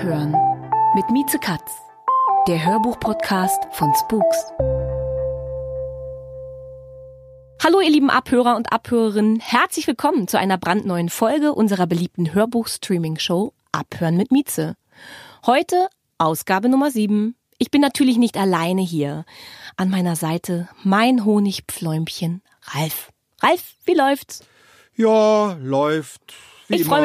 Abhören mit Mieze Katz, der Hörbuch-Podcast von Spooks. Hallo ihr lieben Abhörer und Abhörerinnen, herzlich willkommen zu einer brandneuen Folge unserer beliebten Hörbuch-Streaming-Show Abhören mit Mieze. Heute Ausgabe Nummer 7. Ich bin natürlich nicht alleine hier. An meiner Seite mein Honigpfläumchen Ralf. Ralf, wie läuft's? Ja, läuft. Ich freue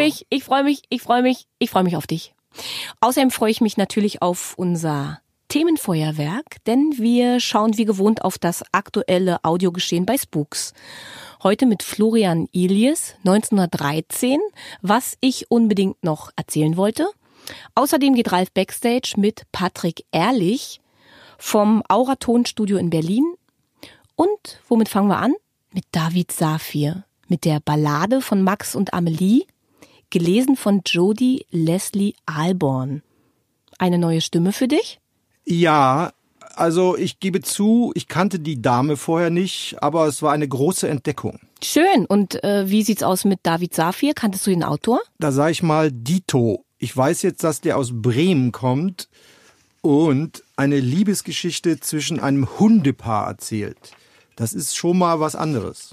mich auf dich. Außerdem freue ich mich natürlich auf unser Themenfeuerwerk, denn wir schauen wie gewohnt auf das aktuelle Audiogeschehen bei Spooks. Heute mit Florian Illies, 1913, was ich unbedingt noch erzählen wollte. Außerdem geht Ralf Backstage mit Patrick Ehrlich vom Aura Tonstudio in Berlin. Und womit fangen wir an? Mit David Safir, mit der Ballade von Max und Amelie, gelesen von Jodie Leslie Alborn. Eine neue Stimme für dich? Ja, also ich gebe zu, ich kannte die Dame vorher nicht, aber es war eine große Entdeckung. Schön. Und wie sieht's aus mit David Safir? Kanntest du den Autor? Da sag ich mal Dito. Ich weiß jetzt, dass der aus Bremen kommt und eine Liebesgeschichte zwischen einem Hundepaar erzählt. Das ist schon mal was anderes.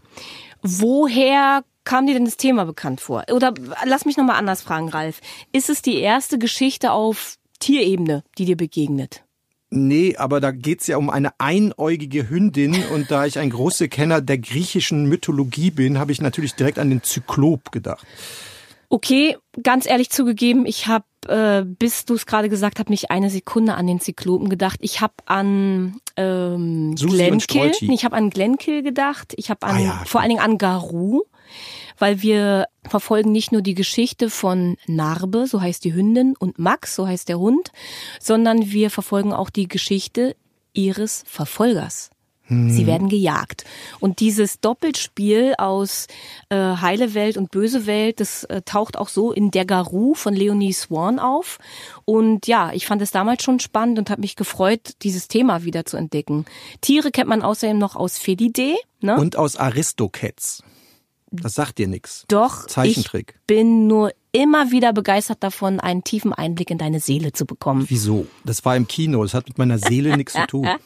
Woher kam dir denn das Thema bekannt vor? Oder lass mich nochmal anders fragen, Ralf. Ist es die erste Geschichte auf Tierebene, die dir begegnet? Nee, aber da geht's ja um eine einäugige Hündin und da ich ein großer Kenner der griechischen Mythologie bin, habe ich natürlich direkt an den Zyklop gedacht. Okay, ganz ehrlich zugegeben, ich habe, bis du es gerade gesagt hast, nicht eine Sekunde an den Zyklopen gedacht. Ich habe an Glenkill. Ich habe an Glenkill gedacht. Ich habe vor allen Dingen an Garou, weil wir verfolgen nicht nur die Geschichte von Narbe, so heißt die Hündin, und Max, so heißt der Hund, sondern wir verfolgen auch die Geschichte ihres Verfolgers. Sie werden gejagt. Und dieses Doppelspiel aus heile Welt und böse Welt, das taucht auch so in Der Garou von Leonie Swan auf. Und ja, ich fand es damals schon spannend und habe mich gefreut, dieses Thema wieder zu entdecken. Tiere kennt man außerdem noch aus Felidae, ne? Und aus Aristocats. Das sagt dir nichts. Doch, Zeichentrick. Ich bin nur immer wieder begeistert davon, einen tiefen Einblick in deine Seele zu bekommen. Wieso? Das war im Kino, das hat mit meiner Seele nichts zu tun.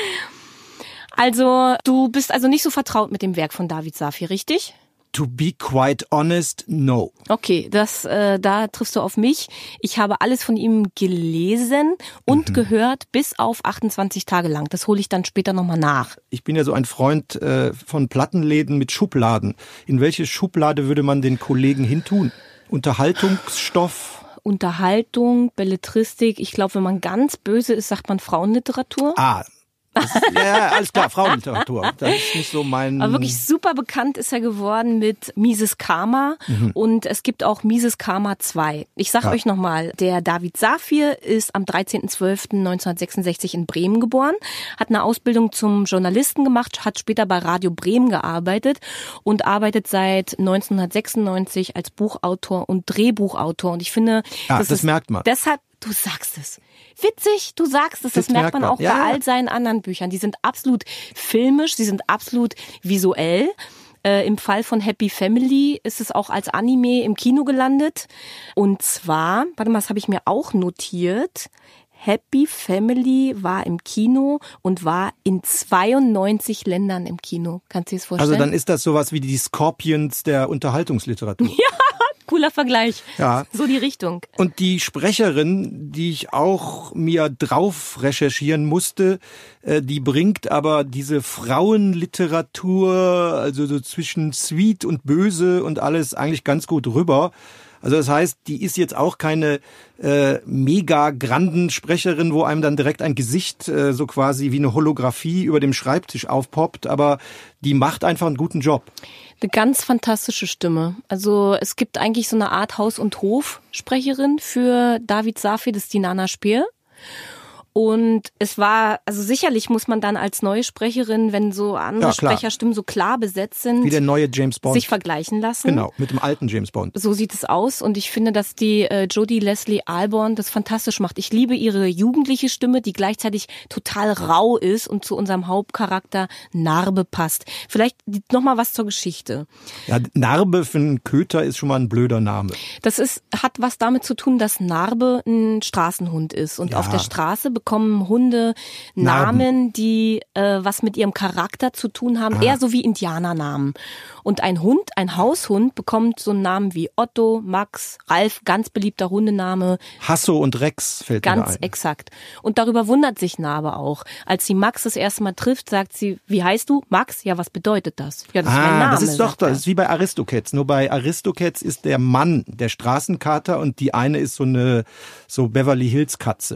Also, du bist also nicht so vertraut mit dem Werk von David Safir, richtig? To be quite honest, no. Okay, da triffst du auf mich. Ich habe alles von ihm gelesen und gehört bis auf 28 Tage lang. Das hole ich dann später nochmal nach. Ich bin ja so ein Freund von Plattenläden mit Schubladen. In welche Schublade würde man den Kollegen hintun? Unterhaltungsstoff? Unterhaltung, Belletristik. Ich glaube, wenn man ganz böse ist, sagt man Frauenliteratur. Ja, alles klar, Frauenliteratur. Das ist nicht so mein... Aber wirklich super bekannt ist er geworden mit Mises Karma und es gibt auch Mises Karma 2. Ich sage euch nochmal, der David Safir ist am 13.12.1966 in Bremen geboren, hat eine Ausbildung zum Journalisten gemacht, hat später bei Radio Bremen gearbeitet und arbeitet seit 1996 als Buchautor und Drehbuchautor. Und ich finde, das merkt man. Deshalb, du sagst es. Witzig, du sagst es, das merkt man auch bei all seinen anderen Büchern. Die sind absolut filmisch, sie sind absolut visuell. Im Fall von Happy Family ist es auch als Anime im Kino gelandet. Und zwar, das habe ich mir auch notiert, Happy Family war im Kino und war in 92 Ländern im Kino. Kannst du dir das vorstellen? Also dann ist das sowas wie die Scorpions der Unterhaltungsliteratur. Ja. Cooler Vergleich. Ja. So die Richtung. Und die Sprecherin, die ich auch mir drauf recherchieren musste, die bringt aber diese Frauenliteratur, also so zwischen Sweet und Böse und alles eigentlich ganz gut rüber. Also das heißt, die ist jetzt auch keine mega granden Sprecherin, wo einem dann direkt ein Gesicht so quasi wie eine Holographie über dem Schreibtisch aufpoppt, aber die macht einfach einen guten Job. Eine ganz fantastische Stimme. Also es gibt eigentlich so eine Art Haus- und Hof-Sprecherin für David Safir, das ist die Nana Speer. Und es war, also sicherlich muss man dann als neue Sprecherin, wenn so andere Sprecherstimmen so klar besetzt sind, wie der neue James Bond, sich vergleichen lassen. Genau, mit dem alten James Bond. So sieht es aus und ich finde, dass die Jodie Leslie Alborn das fantastisch macht. Ich liebe ihre jugendliche Stimme, die gleichzeitig total rau ist und zu unserem Hauptcharakter Narbe passt. Vielleicht nochmal was zur Geschichte. Ja, Narbe für einen Köter ist schon mal ein blöder Name. Hat was damit zu tun, dass Narbe ein Straßenhund ist und auf der Straße bekommen Hunde Namen, die was mit ihrem Charakter zu tun haben, eher so wie Indianernamen. Und ein Haushund bekommt so einen Namen wie Otto, Max, Ralf, ganz beliebter Hundename. Hasso und Rex fällt mir ein. Ganz exakt. Und darüber wundert sich Narbe auch. Als sie Max das erste Mal trifft, sagt sie, wie heißt du? Max? Ja, was bedeutet das? Ja, das ist mein Name. Das ist wie bei Aristocats. Nur bei Aristocats ist der Mann der Straßenkater und die eine ist so Beverly Hills Katze.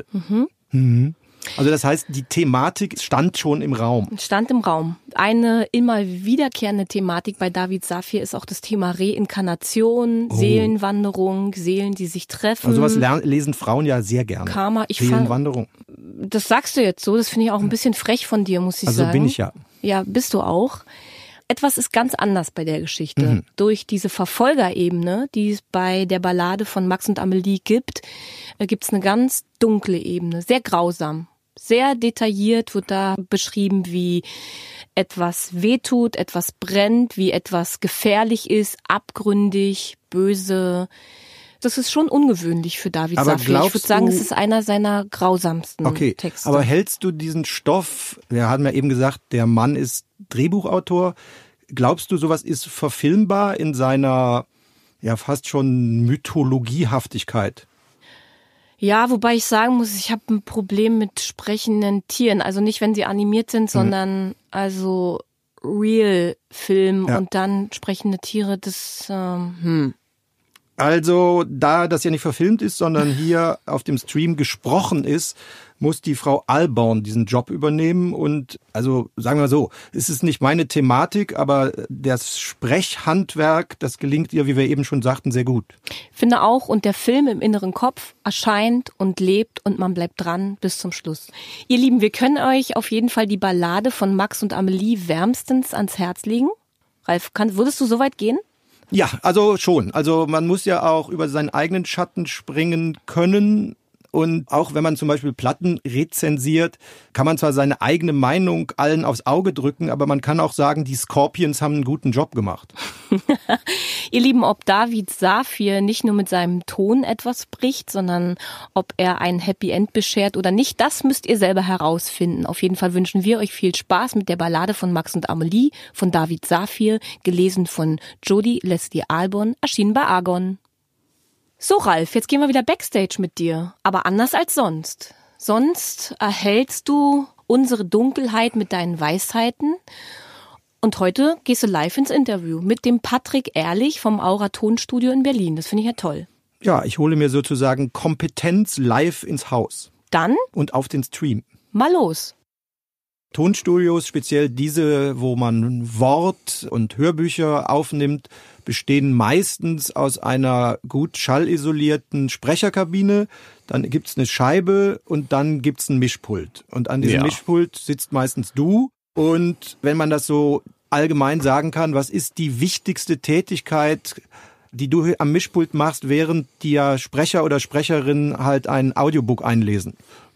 Also das heißt, die Thematik stand schon im Raum. Stand im Raum. Eine immer wiederkehrende Thematik bei David Safir ist auch das Thema Reinkarnation, Seelenwanderung, Seelen, die sich treffen. Also sowas lesen Frauen ja sehr gerne. Karma. Seelenwanderung. Das sagst du jetzt so, das finde ich auch ein bisschen frech von dir, muss ich sagen. Also bin ich ja. Ja, bist du auch. Etwas ist ganz anders bei der Geschichte. Durch diese Verfolgerebene, die es bei der Ballade von Max und Amelie gibt, es eine ganz dunkle Ebene, sehr grausam. Sehr detailliert wird da beschrieben, wie etwas wehtut, etwas brennt, wie etwas gefährlich ist, abgründig, böse. Das ist schon ungewöhnlich für David Safir. Ich würde sagen, es ist einer seiner grausamsten Texte. Aber hältst du diesen Stoff, wir haben ja eben gesagt, der Mann ist Drehbuchautor. Glaubst du, sowas ist verfilmbar in seiner ja fast schon Mythologiehaftigkeit? Ja, wobei ich sagen muss, ich habe ein Problem mit sprechenden Tieren. Also nicht, wenn sie animiert sind, sondern also Real-Film und dann sprechende Tiere, das Also, da das ja nicht verfilmt ist, sondern hier auf dem Stream gesprochen ist, muss die Frau Alborn diesen Job übernehmen. Und also sagen wir so, es ist nicht meine Thematik, aber das Sprechhandwerk, das gelingt ihr, wie wir eben schon sagten, sehr gut. Finde auch, und der Film im inneren Kopf erscheint und lebt und man bleibt dran bis zum Schluss. Ihr Lieben, wir können euch auf jeden Fall die Ballade von Max und Amelie wärmstens ans Herz legen. Ralf, würdest du so weit gehen? Ja, also schon. Also man muss ja auch über seinen eigenen Schatten springen können. Und auch wenn man zum Beispiel Platten rezensiert, kann man zwar seine eigene Meinung allen aufs Auge drücken, aber man kann auch sagen, die Scorpions haben einen guten Job gemacht. Ihr Lieben, ob David Safir nicht nur mit seinem Ton etwas bricht, sondern ob er ein Happy End beschert oder nicht, das müsst ihr selber herausfinden. Auf jeden Fall wünschen wir euch viel Spaß mit der Ballade von Max und Amelie, von David Safir, gelesen von Jodie Leslie Alborn, erschienen bei Argon. So, Ralf, jetzt gehen wir wieder Backstage mit dir, aber anders als sonst. Sonst erhältst du unsere Dunkelheit mit deinen Weisheiten und heute gehst du live ins Interview mit dem Patrick Ehrlich vom Aura Tonstudio in Berlin. Das finde ich ja toll. Ja, ich hole mir sozusagen Kompetenz live ins Haus. Dann? Und auf den Stream. Mal los. Tonstudios, speziell diese, wo man Wort- und Hörbücher aufnimmt, bestehen meistens aus einer gut schallisolierten Sprecherkabine. Dann gibt's eine Scheibe und dann gibt's ein Mischpult. Und an diesem Mischpult sitzt meistens du. Und wenn man das so allgemein sagen kann, was ist die wichtigste Tätigkeit, die du am Mischpult machst, während die Sprecher oder Sprecherin halt ein Audiobook einlesen?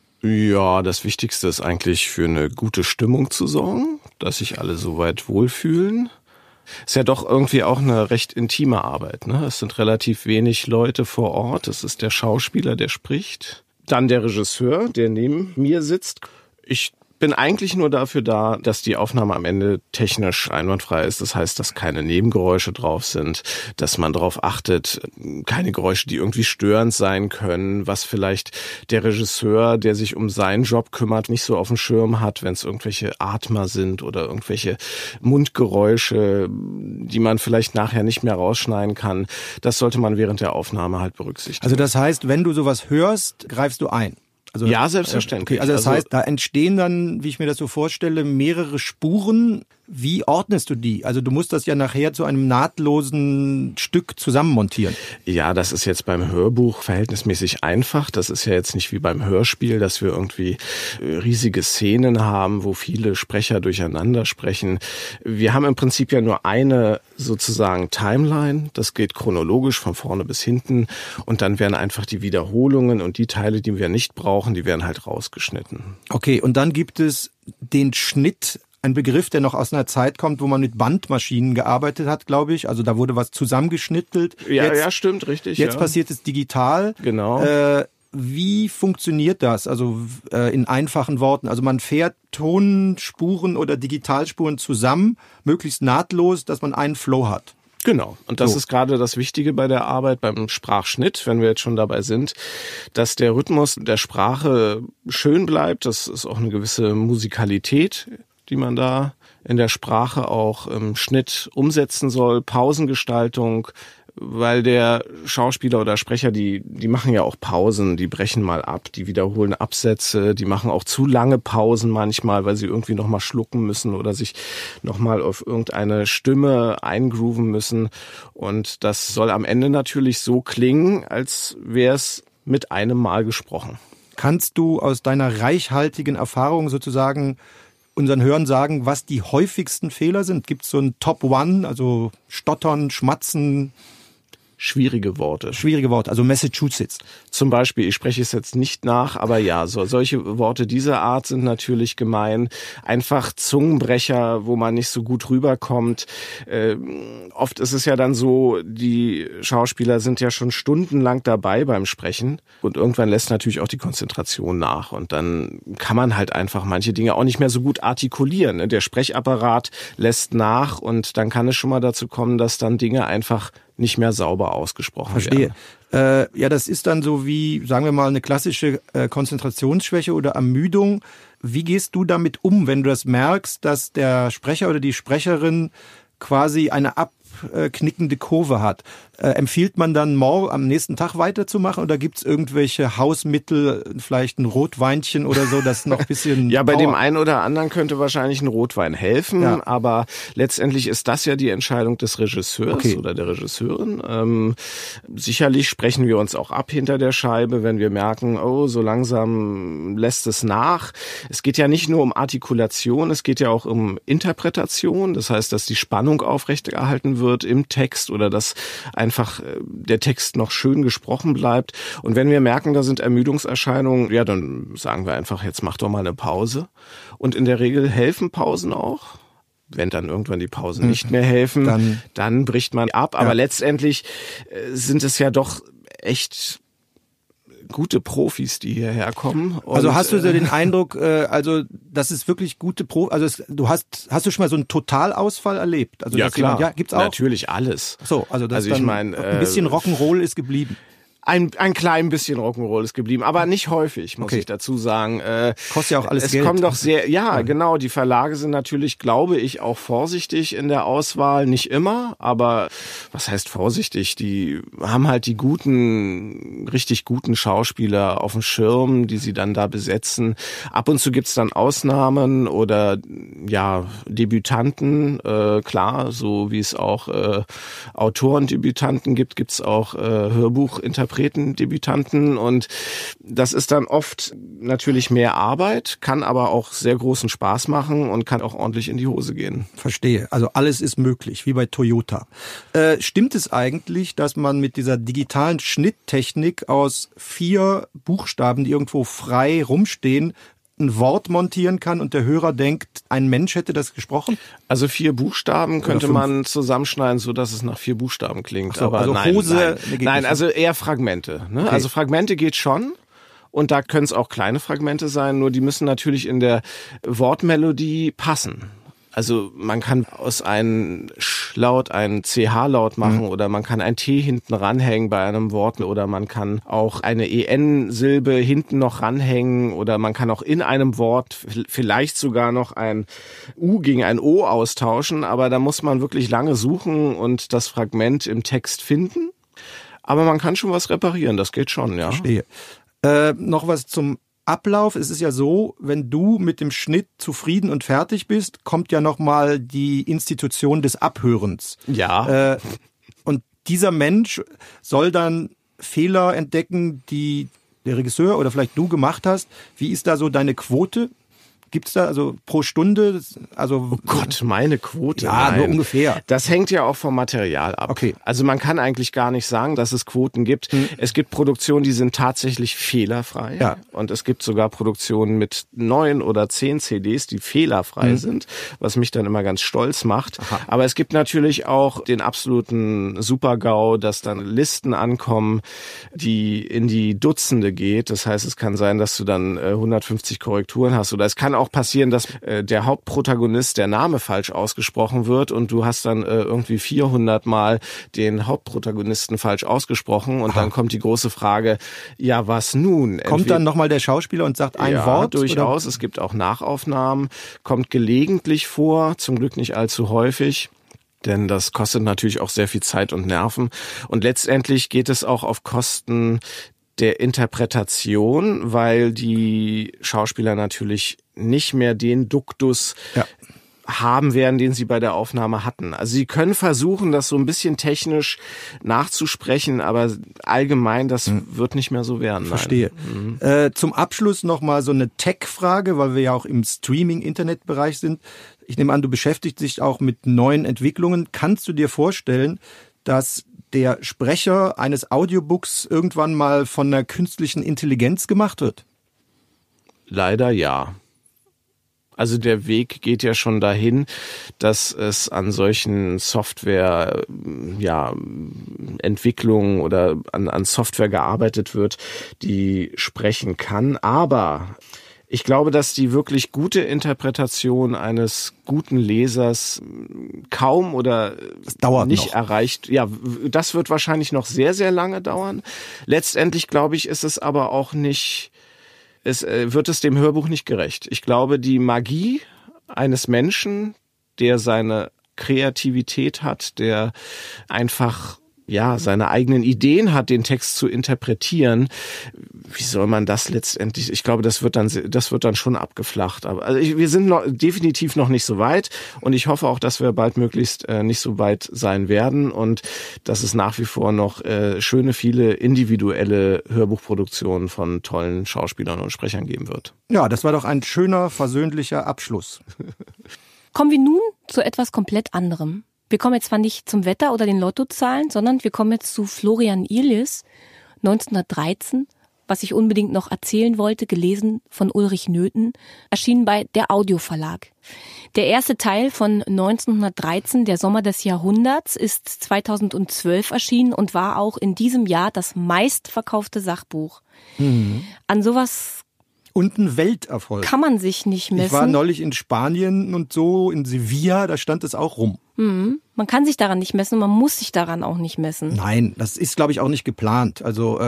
Ja, das Wichtigste ist eigentlich für eine gute Stimmung zu sorgen, dass sich alle soweit wohlfühlen. Ist ja doch irgendwie auch eine recht intime Arbeit, ne? Es sind relativ wenig Leute vor Ort. Es ist der Schauspieler, der spricht. Dann der Regisseur, der neben mir sitzt. Ich bin eigentlich nur dafür da, dass die Aufnahme am Ende technisch einwandfrei ist. Das heißt, dass keine Nebengeräusche drauf sind, dass man darauf achtet, keine Geräusche, die irgendwie störend sein können, was vielleicht der Regisseur, der sich um seinen Job kümmert, nicht so auf dem Schirm hat, wenn es irgendwelche Atmer sind oder irgendwelche Mundgeräusche, die man vielleicht nachher nicht mehr rausschneiden kann. Das sollte man während der Aufnahme halt berücksichtigen. Also das heißt, wenn du sowas hörst, greifst du ein? Also, ja, selbstverständlich. Okay, also das heißt, da entstehen dann, wie ich mir das so vorstelle, mehrere Spuren. Wie ordnest du die? Also du musst das ja nachher zu einem nahtlosen Stück zusammenmontieren. Ja, das ist jetzt beim Hörbuch verhältnismäßig einfach. Das ist ja jetzt nicht wie beim Hörspiel, dass wir irgendwie riesige Szenen haben, wo viele Sprecher durcheinander sprechen. Wir haben im Prinzip ja nur eine sozusagen Timeline. Das geht chronologisch von vorne bis hinten. Und dann werden einfach die Wiederholungen und die Teile, die wir nicht brauchen, die werden halt rausgeschnitten. Okay, und dann gibt es den Schnitt, ein Begriff, der noch aus einer Zeit kommt, wo man mit Bandmaschinen gearbeitet hat, glaube ich. Also da wurde was zusammengeschnittelt. Ja, stimmt, richtig. Jetzt passiert es digital. Genau. Wie funktioniert das? Also in einfachen Worten. Also man fährt Tonspuren oder Digitalspuren zusammen, möglichst nahtlos, dass man einen Flow hat. Genau. Und das ist gerade das Wichtige bei der Arbeit, beim Sprachschnitt, wenn wir jetzt schon dabei sind, dass der Rhythmus der Sprache schön bleibt. Das ist auch eine gewisse Musikalität, die man da in der Sprache auch im Schnitt umsetzen soll. Pausengestaltung, weil der Schauspieler oder Sprecher, die machen ja auch Pausen, die brechen mal ab, die wiederholen Absätze, die machen auch zu lange Pausen manchmal, weil sie irgendwie nochmal schlucken müssen oder sich nochmal auf irgendeine Stimme eingrooven müssen. Und das soll am Ende natürlich so klingen, als wäre es mit einem Mal gesprochen. Kannst du aus deiner reichhaltigen Erfahrung sozusagen unseren Hörern sagen, was die häufigsten Fehler sind? Gibt es so ein Top One, also Stottern, Schmatzen? Schwierige Worte, also Massachusetts. Zum Beispiel, ich spreche es jetzt nicht nach, aber ja, solche Worte dieser Art sind natürlich gemein. Einfach Zungenbrecher, wo man nicht so gut rüberkommt. Oft ist es ja dann so, die Schauspieler sind ja schon stundenlang dabei beim Sprechen und irgendwann lässt natürlich auch die Konzentration nach und dann kann man halt einfach manche Dinge auch nicht mehr so gut artikulieren. Der Sprechapparat lässt nach und dann kann es schon mal dazu kommen, dass dann Dinge einfach nicht mehr sauber ausgesprochen werden. Verstehe. Ja, das ist dann so wie, sagen wir mal, eine klassische Konzentrationsschwäche oder Ermüdung. Wie gehst du damit um, wenn du das merkst, dass der Sprecher oder die Sprecherin quasi eine abknickende Kurve hat? Empfiehlt man dann am nächsten Tag weiterzumachen oder gibt's irgendwelche Hausmittel, vielleicht ein Rotweinchen oder so, das noch ein bisschen... Ja, bei dem einen oder anderen könnte wahrscheinlich ein Rotwein helfen, aber letztendlich ist das ja die Entscheidung des Regisseurs oder der Regisseurin. Sicherlich sprechen wir uns auch ab hinter der Scheibe, wenn wir merken, oh, so langsam lässt es nach. Es geht ja nicht nur um Artikulation, es geht ja auch um Interpretation, das heißt, dass die Spannung aufrechterhalten wird im Text oder dass einfach der Text noch schön gesprochen bleibt. Und wenn wir merken, da sind Ermüdungserscheinungen, ja, dann sagen wir einfach, jetzt mach doch mal eine Pause. Und in der Regel helfen Pausen auch. Wenn dann irgendwann die Pausen nicht mehr helfen, dann bricht man ab. Aber letztendlich sind es ja doch echt gute Profis, die hierher kommen. Und also hast du so den Eindruck, also das ist wirklich gute Profis, also hast du schon mal so einen Totalausfall erlebt? Also ja, klar. Gibt's auch? Natürlich alles. So, also das ich meine, ein bisschen Rock'n'Roll ist geblieben. Ein klein bisschen Rock'n'Roll ist geblieben, aber nicht häufig, muss ich dazu sagen. Kostet ja auch alles Geld. Es kommen doch genau, die Verlage sind natürlich, glaube ich, auch vorsichtig in der Auswahl, nicht immer, aber was heißt vorsichtig? Die haben halt die richtig guten Schauspieler auf dem Schirm, die sie dann da besetzen. Ab und zu gibt's dann Ausnahmen oder Debütanten, klar, so wie es auch Autorendebütanten gibt's auch Hörbuchinterpreten, Debütanten und das ist dann oft natürlich mehr Arbeit, kann aber auch sehr großen Spaß machen und kann auch ordentlich in die Hose gehen. Verstehe. Also alles ist möglich, wie bei Toyota. Stimmt es eigentlich, dass man mit dieser digitalen Schnitttechnik aus 4 Buchstaben, die irgendwo frei rumstehen, ein Wort montieren kann und der Hörer denkt, ein Mensch hätte das gesprochen? Also 4 Buchstaben könnte man zusammenschneiden, so dass es nach 4 Buchstaben klingt. So, aber also nein, also eher Fragmente. Ne? Okay. Also Fragmente geht schon. Und da können es auch kleine Fragmente sein, nur die müssen natürlich in der Wortmelodie passen. Also man kann aus einem Sch-Laut einen CH-Laut machen oder man kann ein T hinten ranhängen bei einem Wort oder man kann auch eine EN-Silbe hinten noch ranhängen oder man kann auch in einem Wort vielleicht sogar noch ein U gegen ein O austauschen, aber da muss man wirklich lange suchen und das Fragment im Text finden. Aber man kann schon was reparieren, das geht schon, ja. Verstehe. Noch was zum Ablauf? Es ist ja so, wenn du mit dem Schnitt zufrieden und fertig bist, kommt ja nochmal die Institution des Abhörens. Ja. Und dieser Mensch soll dann Fehler entdecken, die der Regisseur oder vielleicht du gemacht hast. Wie ist da so deine Quote? Gibt's da also pro Stunde? Also oh Gott, meine Quote? Ja, nur ungefähr. Das hängt ja auch vom Material ab. Okay. Also man kann eigentlich gar nicht sagen, dass es Quoten gibt. Es gibt Produktionen, die sind tatsächlich fehlerfrei. Ja. Und es gibt sogar Produktionen mit 9 oder 10 CDs, die fehlerfrei sind, was mich dann immer ganz stolz macht. Aha. Aber es gibt natürlich auch den absoluten Super-GAU, dass dann Listen ankommen, die in die Dutzende geht. Das heißt, es kann sein, dass du dann 150 Korrekturen hast. Oder es kann auch passieren, dass der Hauptprotagonist, der Name falsch ausgesprochen wird und du hast dann irgendwie 400 Mal den Hauptprotagonisten falsch ausgesprochen und dann kommt die große Frage, ja, was nun? Kommt dann nochmal der Schauspieler und sagt ein Wort? Ja, durchaus. Oder? Es gibt auch Nachaufnahmen, kommt gelegentlich vor, zum Glück nicht allzu häufig. Denn das kostet natürlich auch sehr viel Zeit und Nerven. Und letztendlich geht es auch auf Kosten der Interpretation, weil die Schauspieler natürlich nicht mehr den Duktus haben werden, den sie bei der Aufnahme hatten. Also sie können versuchen, das so ein bisschen technisch nachzusprechen, aber allgemein, das wird nicht mehr so werden. Verstehe. Zum Abschluss nochmal so eine Tech-Frage, weil wir ja auch im Streaming-Internet-Bereich sind. Ich nehme an, du beschäftigst dich auch mit neuen Entwicklungen. Kannst du dir vorstellen, dass der Sprecher eines Audiobooks irgendwann mal von einer künstlichen Intelligenz gemacht wird? Leider ja. Also der Weg geht ja schon dahin, dass es an solchen Software-Entwicklungen oder an Software gearbeitet wird, die sprechen kann. Aber ich glaube, dass die wirklich gute Interpretation eines guten Lesers kaum oder nicht erreicht. Ja, das wird wahrscheinlich noch sehr, sehr lange dauern. Letztendlich, glaube ich, ist es aber auch nicht, wird es dem Hörbuch nicht gerecht. Ich glaube, die Magie eines Menschen, der seine Kreativität hat, der einfach seine eigenen Ideen hat, den Text zu interpretieren. Wie soll man das letztendlich? Ich glaube, das wird dann schon abgeflacht. Aber also wir sind definitiv noch nicht so weit und ich hoffe auch, dass wir bald möglichst nicht so weit sein werden und dass es nach wie vor noch schöne, viele individuelle Hörbuchproduktionen von tollen Schauspielern und Sprechern geben wird. Ja, das war doch ein schöner, versöhnlicher Abschluss. Kommen wir nun zu etwas komplett anderem. Wir kommen jetzt zwar nicht zum Wetter oder den Lottozahlen, sondern wir kommen jetzt zu Florian Illies, 1913, was ich unbedingt noch erzählen wollte, gelesen von Ulrich Nöthen, erschienen bei der Audio Verlag. Der erste Teil von 1913, der Sommer des Jahrhunderts, ist 2012 erschienen und war auch in diesem Jahr das meistverkaufte Sachbuch. An sowas und ein Welterfolg. Kann man sich nicht messen. Ich war neulich in Spanien und so, in Sevilla, da stand es auch rum. Man kann sich daran nicht messen und man muss sich daran auch nicht messen. Nein, das ist, glaube ich, auch nicht geplant. Also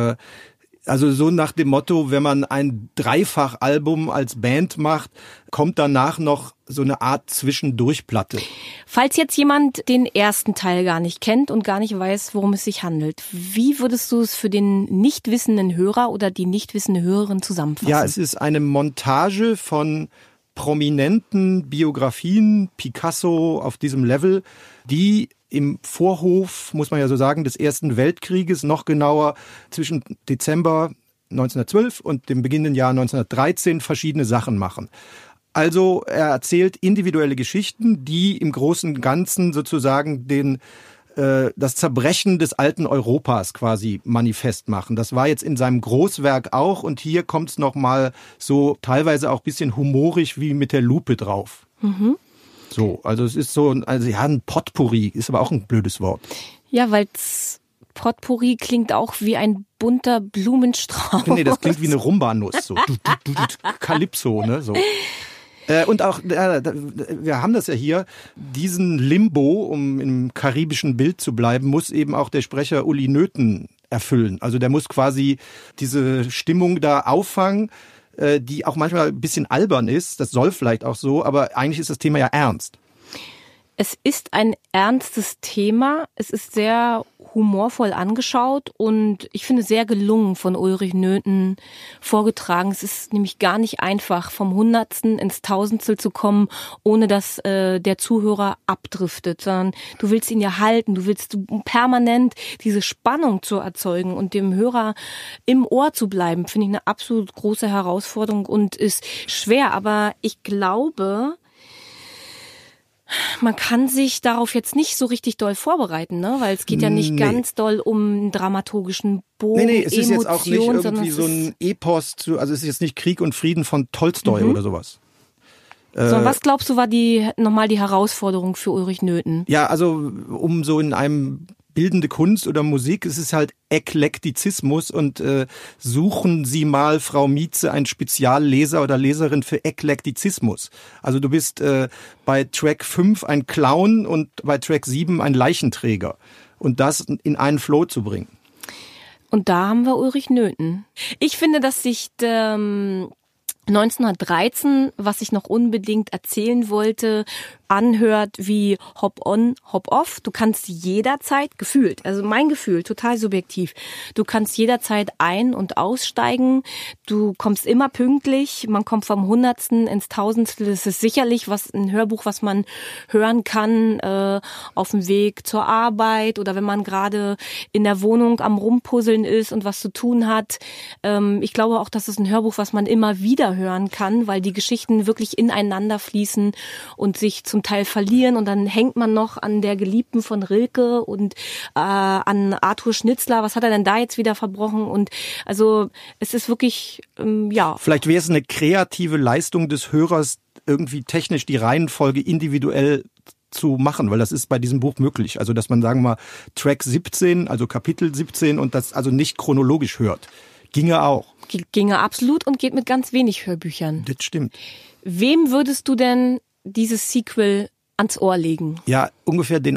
so nach dem Motto, wenn man ein Dreifach-Album als Band macht, kommt danach noch so eine Art Zwischendurchplatte. Falls jetzt jemand den ersten Teil gar nicht kennt und gar nicht weiß, worum es sich handelt, wie würdest du es für den nicht wissenden Hörer oder die nicht wissende Hörerin zusammenfassen? Ja, es ist eine Montage von prominenten Biografien, Picasso auf diesem Level, die im Vorhof, muss man ja so sagen, des Ersten Weltkrieges, noch genauer zwischen Dezember 1912 und dem beginnenden Jahr 1913 verschiedene Sachen machen. Also er erzählt individuelle Geschichten, die im Großen und Ganzen sozusagen das Zerbrechen des alten Europas quasi manifest machen. Das war jetzt in seinem Großwerk auch und hier kommt es nochmal so teilweise auch ein bisschen humorig wie mit der Lupe drauf. So, also es ist so ein Potpourri, ist aber auch ein blödes Wort. Ja, weil Potpourri klingt auch wie ein bunter Blumenstrauß. Nee, das klingt wie eine Rumba-Nuss, so Calypso, ne, so. Und auch, wir haben das ja hier, diesen Limbo, um im karibischen Bild zu bleiben, muss eben auch der Sprecher Uli Nöthen erfüllen. Also der muss quasi diese Stimmung da auffangen, die auch manchmal ein bisschen albern ist. Das soll vielleicht auch so, aber eigentlich ist das Thema ja ernst. Es ist ein ernstes Thema. Es ist sehr humorvoll angeschaut und ich finde sehr gelungen von Ulrich Nöthen vorgetragen. Es ist nämlich gar nicht einfach, vom Hundertstel ins Tausendstel zu kommen, ohne dass der Zuhörer abdriftet, sondern du willst ihn ja halten, du willst permanent diese Spannung zu erzeugen und dem Hörer im Ohr zu bleiben, finde ich eine absolut große Herausforderung und ist schwer, aber ich glaube, man kann sich darauf jetzt nicht so richtig doll vorbereiten, ne? Weil es geht ja nicht ganz doll um einen dramaturgischen Bogen, es ist jetzt auch nicht irgendwie so ein Epos, also es ist jetzt nicht Krieg und Frieden von Tolstoi oder sowas. So, was glaubst du, war nochmal die Herausforderung für Ulrich Nöthen? Ja, also um so in einem bildende Kunst oder Musik, es ist halt Eklektizismus und suchen Sie mal, Frau Mietze, einen Spezialleser oder Leserin für Eklektizismus. Also du bist bei Track 5 ein Clown und bei Track 7 ein Leichenträger und das in einen Flow zu bringen. Und da haben wir Ulrich Nöthen. Ich finde, dass sich 1913, was ich noch unbedingt erzählen wollte, anhört wie Hop-on, Hop-off. Du kannst jederzeit, gefühlt, also mein Gefühl, total subjektiv, du kannst jederzeit ein- und aussteigen, du kommst immer pünktlich, man kommt vom Hundertsten ins Tausendstel. Das ist sicherlich ein Hörbuch, was man hören kann auf dem Weg zur Arbeit oder wenn man gerade in der Wohnung am Rumpuzzeln ist und was zu tun hat. Ich glaube auch, das ist ein Hörbuch, was man immer wieder hören kann, weil die Geschichten wirklich ineinander fließen und sich zum Teil verlieren und dann hängt man noch an der Geliebten von Rilke und an Arthur Schnitzler. Was hat er denn da jetzt wieder verbrochen? Und also es ist wirklich, Vielleicht wäre es eine kreative Leistung des Hörers, irgendwie technisch die Reihenfolge individuell zu machen, weil das ist bei diesem Buch möglich. Also dass man, sagen wir mal, Track 17, also Kapitel 17 und das also nicht chronologisch hört. Ginge auch. Ginge absolut und geht mit ganz wenig Hörbüchern. Das stimmt. Wem würdest du denn dieses Sequel ans Ohr legen? Ja, ungefähr den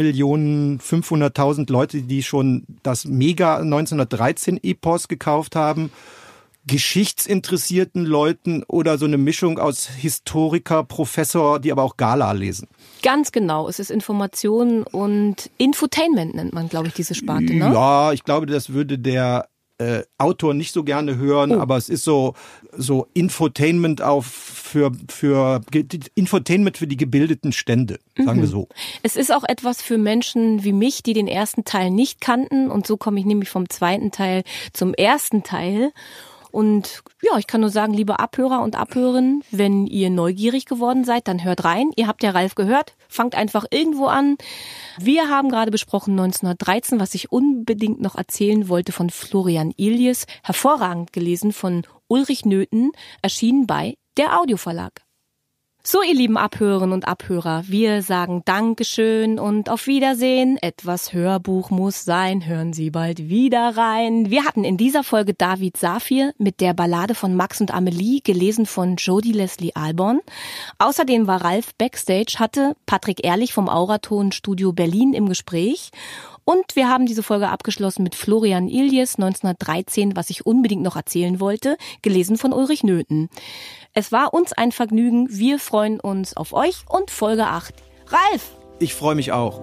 8.500.000 Leute, die schon das Mega 1913 Epos gekauft haben, geschichtsinteressierten Leuten oder so eine Mischung aus Historiker, Professor, die aber auch Gala lesen. Ganz genau. Es ist Information und Infotainment nennt man, glaube ich, diese Sparte, ne? Ja, ich glaube, das würde der Autor nicht so gerne hören, aber es ist so Infotainment für Infotainment für die gebildeten Stände, sagen wir so. Es ist auch etwas für Menschen wie mich, die den ersten Teil nicht kannten und so komme ich nämlich vom zweiten Teil zum ersten Teil. Und ja, ich kann nur sagen, liebe Abhörer und Abhörerinnen, wenn ihr neugierig geworden seid, dann hört rein. Ihr habt ja Ralf gehört, fangt einfach irgendwo an. Wir haben gerade besprochen 1913, was ich unbedingt noch erzählen wollte von Florian Illies, hervorragend gelesen von Ulrich Nöthen, erschienen bei der Audioverlag. So, ihr lieben Abhörerinnen und Abhörer, wir sagen Dankeschön und auf Wiedersehen. Etwas Hörbuch muss sein, hören Sie bald wieder rein. Wir hatten in dieser Folge David Safir mit der Ballade von Max und Amelie, gelesen von Jodie Leslie Alborn. Außerdem war Ralf Backstage, hatte Patrick Ehrlich vom Auraton Studio Berlin im Gespräch. Und wir haben diese Folge abgeschlossen mit Florian Illies 1913, was ich unbedingt noch erzählen wollte, gelesen von Ulrich Nöthen. Es war uns ein Vergnügen, wir freuen uns auf euch und Folge 8. Ralf! Ich freue mich auch.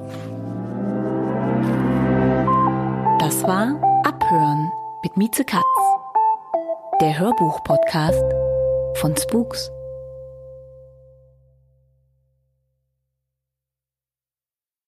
Das war Abhören mit Mieze Katz, der Hörbuch-Podcast von Spooks.